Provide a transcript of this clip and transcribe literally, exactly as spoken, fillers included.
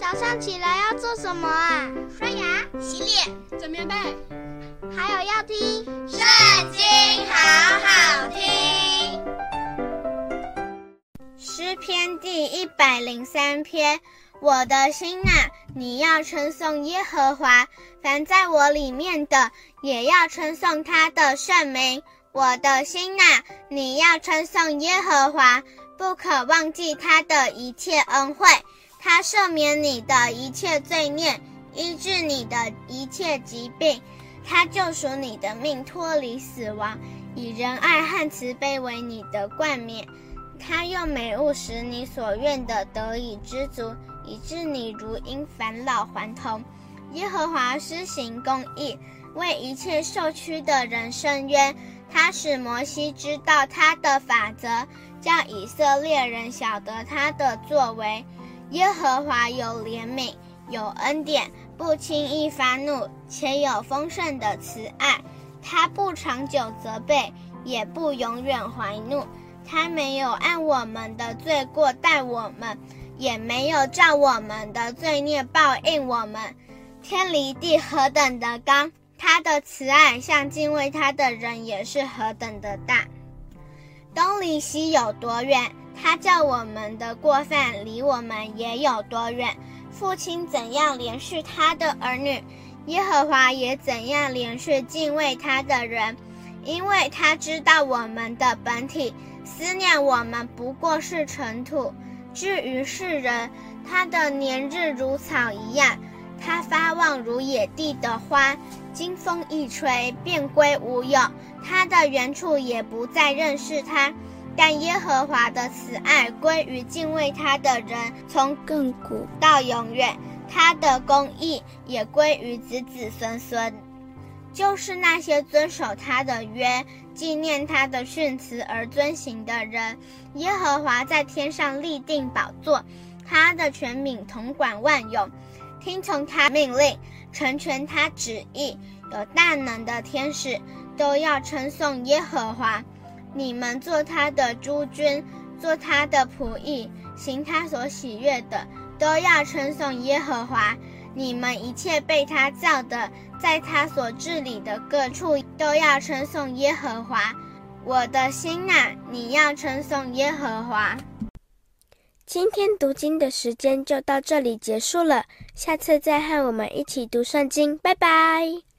早上起来要做什么啊？ 刷牙、洗脸、 整棉被， 还有要听 《圣经》，好好听。 诗篇第一百零三篇，我的心啊，你要称颂耶和华，凡在我里面的，也要称颂他的圣名。我的心啊，你要称颂耶和华，不可忘记他的一切恩惠。他赦免你的一切罪孽，医治你的一切疾病。他救赎你的命，脱离死亡，以仁爱和慈悲为你的冠冕。他用美物使你所愿的得以知足，以致你如鹰返老还童。耶和华施行公义，为一切受屈的人伸冤。他使摩西知道他的法则，叫以色列人晓得他的作为。耶和华有怜悯，有恩典，不轻易发怒，且有丰盛的慈爱。他不长久责备，也不永远怀怒。他没有按我们的罪过待我们，也没有照我们的罪孽报应我们。天离地何等的高，他的慈爱向敬畏他的人也是何等的大。东离西有多远，他叫我们的过犯离我们也有多远。父亲怎样怜恤他的儿女，耶和华也怎样怜恤敬畏他的人。因为他知道我们的本体，思念我们不过是尘土。至于世人，他的年日如草一样，他发旺如野地的花，经风一吹，便归无有。他的原处也不再认识他。但耶和华的慈爱归于敬畏他的人，从亘古到永远。他的公义也归于子子孙孙。就是那些遵守他的约，纪念他的训词而遵行的人。耶和华在天上立定宝座，他的权柄统管万有。听从他命令，成全他旨意，有大能的天使都要称颂耶和华。你们做他的诸军，做他的仆役，行他所喜悦的，都要称颂耶和华。你们一切被他造的，在他所治理的各处，都要称颂耶和华。我的心啊，你要称颂耶和华。 今天读经的时间就到这里结束了，下次再和我们一起读圣经，拜拜。